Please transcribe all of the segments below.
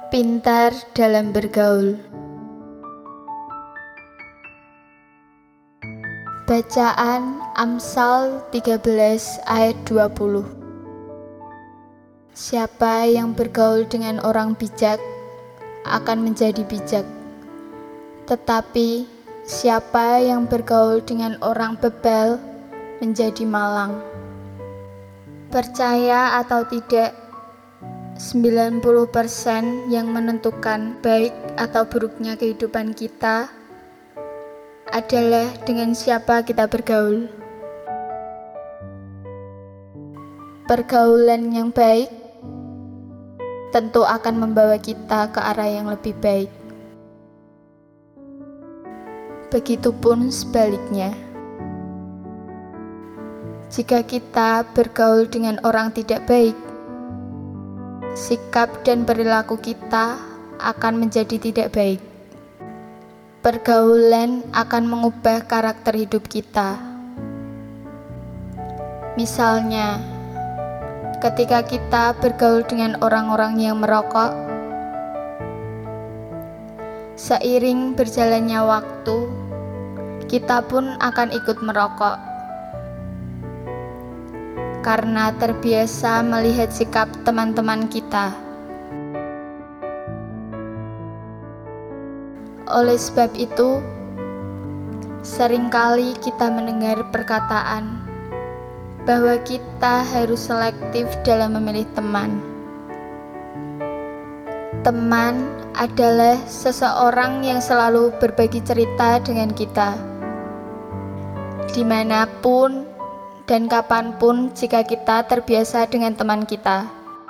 Pintar dalam bergaul. Bacaan Amsal 13 ayat 20. Siapa yang bergaul dengan orang bijak akan menjadi bijak, tetapi siapa yang bergaul dengan orang bebal menjadi malang. Percaya atau tidak, 90% yang menentukan baik atau buruknya kehidupan kita adalah dengan siapa kita bergaul. Pergaulan yang baik tentu akan membawa kita ke arah yang lebih baik. Begitupun sebaliknya. Jika kita bergaul dengan orang tidak baik, sikap dan perilaku kita akan menjadi tidak baik. Pergaulan akan mengubah karakter hidup kita. Misalnya, ketika kita bergaul dengan orang-orang yang merokok, seiring berjalannya waktu, kita pun akan ikut merokok. Karena terbiasa melihat sikap teman-teman kita. Oleh sebab itu, seringkali kita mendengar perkataan bahwa kita harus selektif dalam memilih teman. Teman adalah seseorang yang selalu berbagi cerita dengan kita, dimanapun dan kapanpun. Jika kita terbiasa dengan teman kita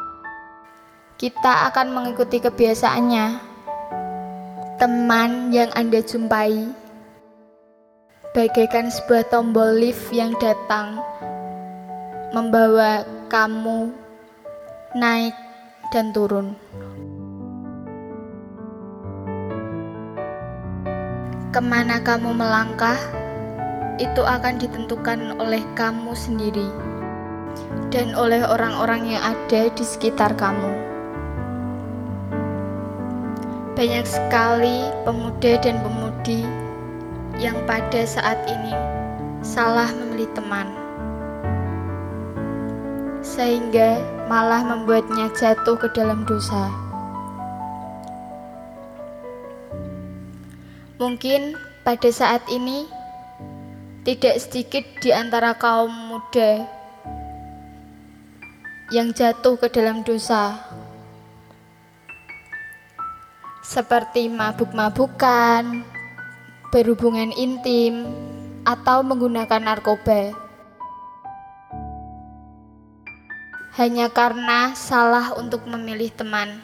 akan mengikuti kebiasaannya. Teman yang Anda jumpai bagaikan sebuah tombol lift yang datang membawa kamu naik dan turun. Kemana kamu melangkah, itu akan ditentukan oleh kamu sendiri dan oleh orang-orang yang ada di sekitar kamu. Banyak sekali pemuda dan pemudi yang pada saat ini salah memilih teman, sehingga malah membuatnya jatuh ke dalam dosa. Mungkin pada saat ini tidak sedikit di antara kaum muda yang jatuh ke dalam dosa, seperti mabuk-mabukan, berhubungan intim, atau menggunakan narkoba. Hanya karena salah untuk memilih teman.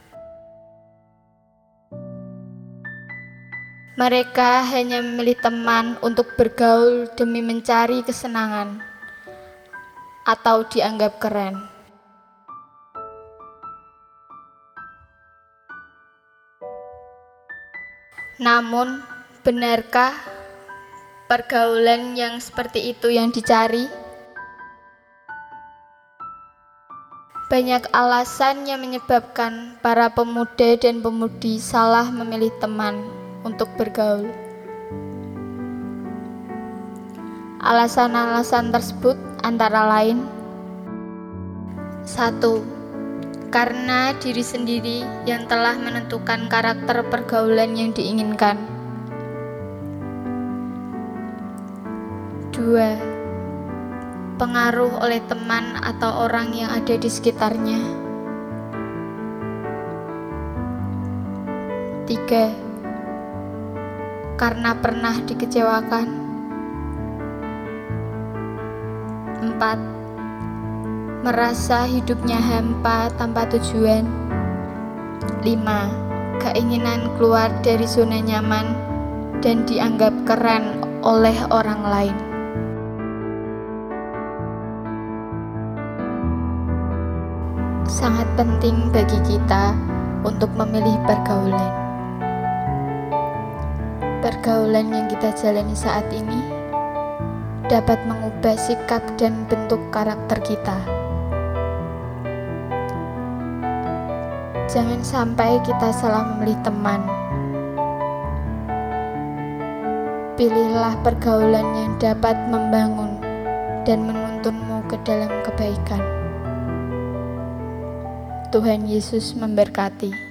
Mereka hanya memilih teman untuk bergaul demi mencari kesenangan atau dianggap keren. Namun, benarkah pergaulan yang seperti itu yang dicari? Banyak alasan yang menyebabkan para pemuda dan pemudi salah memilih teman untuk bergaul. Alasan-alasan tersebut antara lain: 1. Karena diri sendiri yang telah menentukan karakter pergaulan yang diinginkan. 2. Pengaruh oleh teman atau orang yang ada di sekitarnya. 3. Karena pernah dikecewakan. 4. Merasa hidupnya hampa tanpa tujuan. 5. Keinginan keluar dari zona nyaman dan dianggap keren oleh orang lain. Sangat penting bagi kita untuk memilih pergaulan. Pergaulan yang kita jalani saat ini dapat mengubah sikap dan bentuk karakter kita. Jangan sampai kita salah memilih teman. Pilihlah pergaulan yang dapat membangun dan menuntunmu ke dalam kebaikan. Tuhan Yesus memberkati.